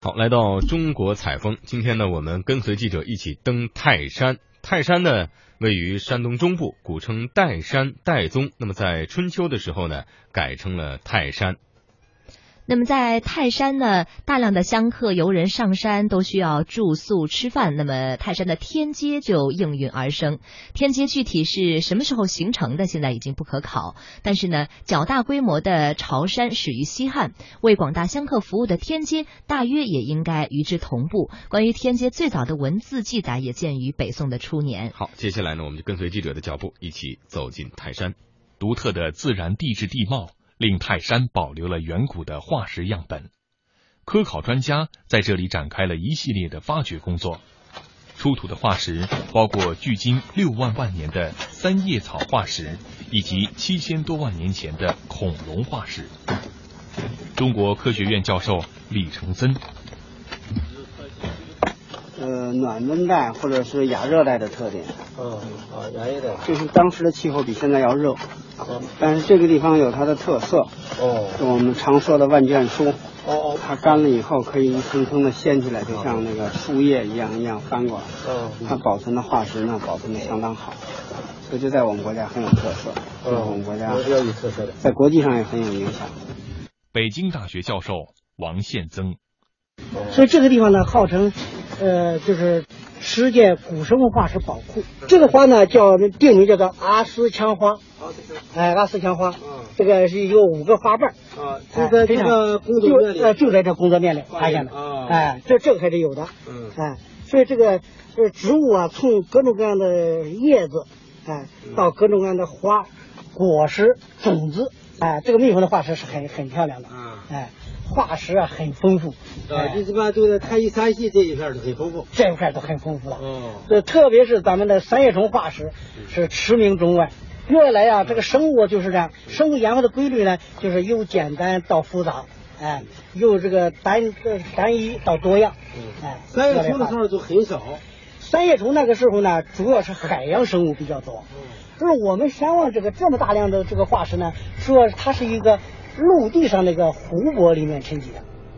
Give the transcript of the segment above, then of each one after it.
好，来到中国采风，今天呢，我们跟随记者一起登泰山。泰山呢，位于山东中部，古称岱山、岱宗。那么在春秋的时候呢，改称了泰山。 那么在泰山呢，大量的香客游人上山都需要住宿吃饭，那么泰山的天街就应运而生。天街具体是什么时候形成的，现在已经不可考，但是呢，较大规模的朝山始于西汉，为广大香客服务的天街大约也应该与之同步。关于天街最早的文字记载也见于北宋的初年。 好，接下来呢，我们就跟随记者的脚步，一起走进泰山。 独特的自然地质地貌令泰山保留了远古的化石样本，科考专家在这里展开了一系列的发掘工作。出土的化石包括距今6万万年的三叶草化石，以及7000多万年前的恐龙化石。中国科学院教授李承森： 暖温带或者是亚热带的特点。 亚热带就是当时的气候比现在要热，但是这个地方有它的特色。就我们常说的万卷书。它干了以后可以一层层的掀起来，就像那个树叶一样翻过来。它保存的化石呢，保存的相当好，所以就在我们国家很有特色。我们国家有特色的， 在国际上也很有影响。 北京大学教授王宪增： 所以这个地方呢，号称就是世界古生物化石宝库。这个花呢定名叫做阿斯强花。阿斯强花，这个是有5个花瓣。 就在这个工作面里， 就在这工作面里发现的。这个还是有的。所以这个植物啊，从各种各样的叶子，到各种各样的花、果实、种子，这个蜜蜂的化石是很漂亮的。化石啊很丰富。 你这边就是太乙山系这一片都很丰富， 这一块都很丰富了。特别是咱们的三叶虫化石是驰名中外。越来啊，这个生物就是这样，生物演化的规律呢，就是由简单到复杂，由这个单一到多样。 三叶虫的时候就很少。 三叶虫那个时候呢，主要是海洋生物比较多。就是我们山望这么大量的这个化石呢，说它是一个陆地上那个湖泊里面沉积的。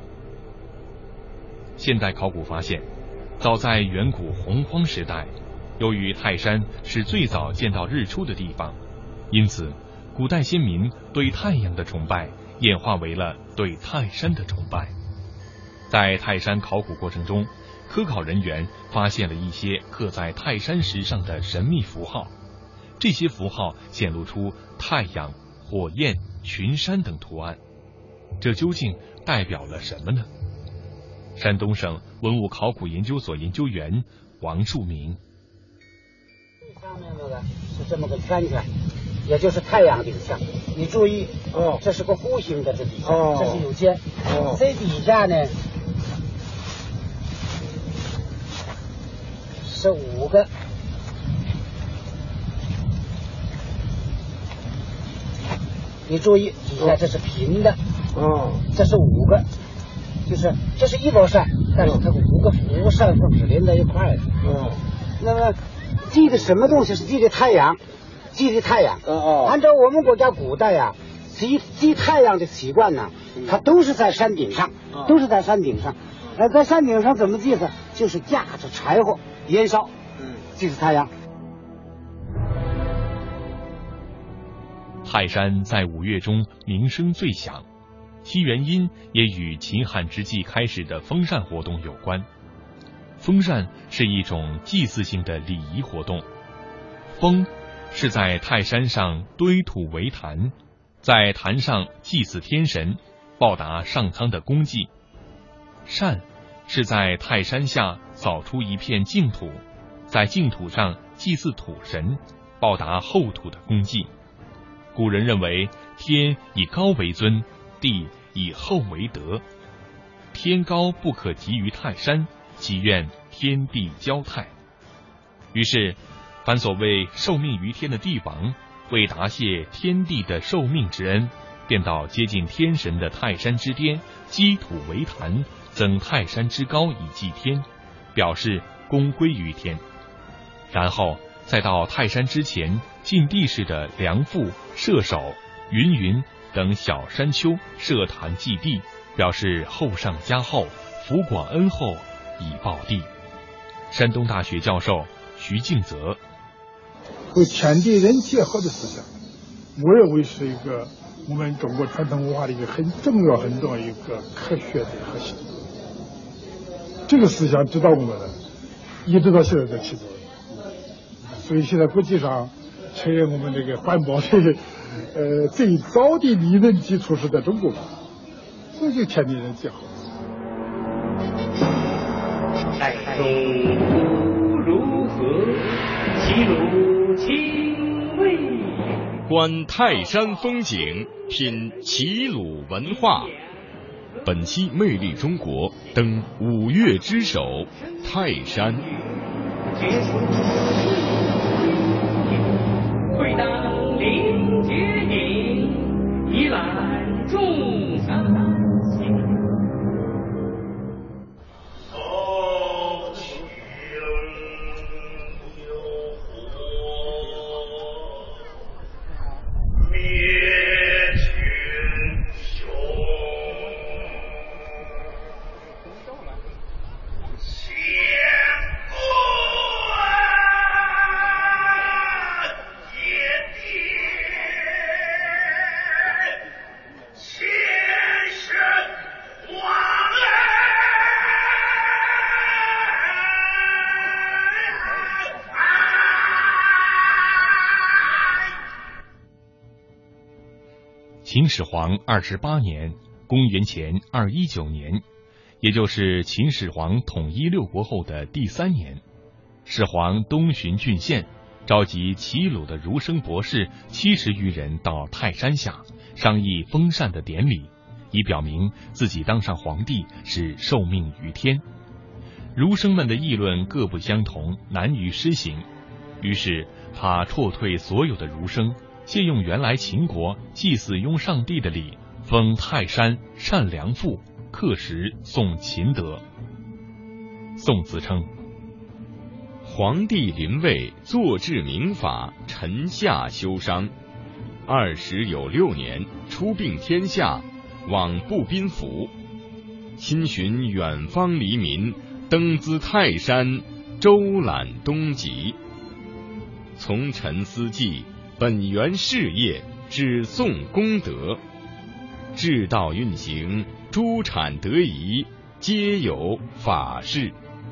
现代考古发现，早在远古洪荒时代，由于泰山是最早见到日出的地方，因此古代先民对太阳的崇拜演化为了对泰山的崇拜。在泰山考古过程中，科考人员发现了一些刻在泰山石上的神秘符号，这些符号显露出太阳、火焰、群山等图案，这究竟代表了什么呢？山东省文物考古研究所研究员王树明： 上面那个是这么个圈圈，也就是太阳顶上。你注意，这是个弧形的，这底下，这是有尖。这底下呢是5个。你注意，底下这是平的。这是5个，就是这是一包山，但是它5个符山缝是连在一块的。 那么记的什么东西是记的太阳？记的太阳。按照我们国家古代呀，记太阳的习惯呢，它都是在山顶上，在山顶上怎么记呢？就是架着柴火燃烧，记是太阳。 泰山在5月中名声最响，其原因也与秦汉之际开始的封禅活动有关。封禅是一种祭祀性的礼仪活动。封是在泰山上堆土为坛，在坛上祭祀天神，报答上苍的功绩。禅是在泰山下扫出一片净土，在净土上祭祀土神，报答后土的功绩。古人认为天以高为尊，地以厚为德，天高不可及于泰山，祈愿天地交泰。于是凡所谓受命于天的帝王，为答谢天地的受命之恩，便到接近天神的泰山之巅，积土为坛，增泰山之高以祭天，表示功归于天。然后再到泰山之前尽地势的梁父、射手、云云等小山丘设坛祭地，表示厚上加厚， 福广恩厚，以报地。山东大学教授徐敬泽， 为天地人结合的思想，我认为是一个我们中国传统文化的一个很重要一个科学的核心。这个思想指导我们的，一直到现在在起作用。所以现在国际上承认我们这个环保的最早的理论基础是在中国，所以就天地人结合。 山中如何，其如清味。 观泰山风景，品齐鲁文化。本期魅力中国登5岳之首泰山。 会当凌绝顶，一览众山小。 秦始皇28年，公元前219年，也就是秦始皇统一六国后的第3年，始皇东巡郡县，召集齐鲁的儒生博士70余人到泰山下商议封禅的典礼，以表明自己当上皇帝是受命于天。儒生们的议论各不相同，难于施行，于是他撤退所有的儒生，借用原来秦国祭祀雍上帝的礼，封泰山善良父，刻石颂秦德。宋子称， 皇帝临位，坐治民法，臣下修商。20有6年，出并天下，往步宾府，亲寻远方黎民，登兹泰山，周览东极。从臣思纪，本源事业，只颂功德，治道运行，诸产得宜，皆有法事。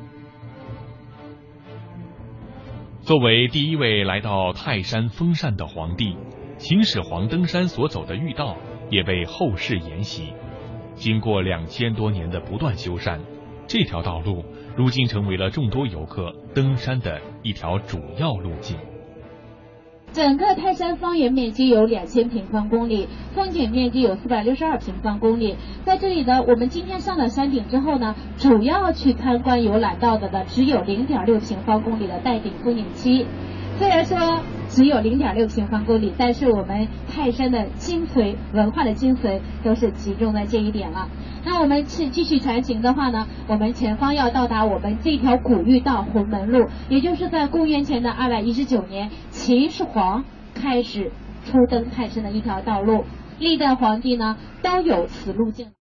作为第一位来到泰山封禅的皇帝，秦始皇登山所走的御道也被后世沿袭。经过2000多年的不断修缮，这条道路如今成为了众多游客登山的一条主要路径。 整个泰山方圆面积有2000平方公里，风景面积有462平方公里。在这里呢，我们今天上了山顶之后呢，主要去参观游览到的只有0.6平方公里的带顶风景区。虽然说只有0.6平方公里，但是我们泰山的精髓，文化的精髓都是集中在这一点了。那我们继续前行的话呢，我们前方要到达我们这条古御道浑门路，也就是在公元前的219年，秦始皇开始初登泰山的一条道路。历代皇帝呢都有此路径。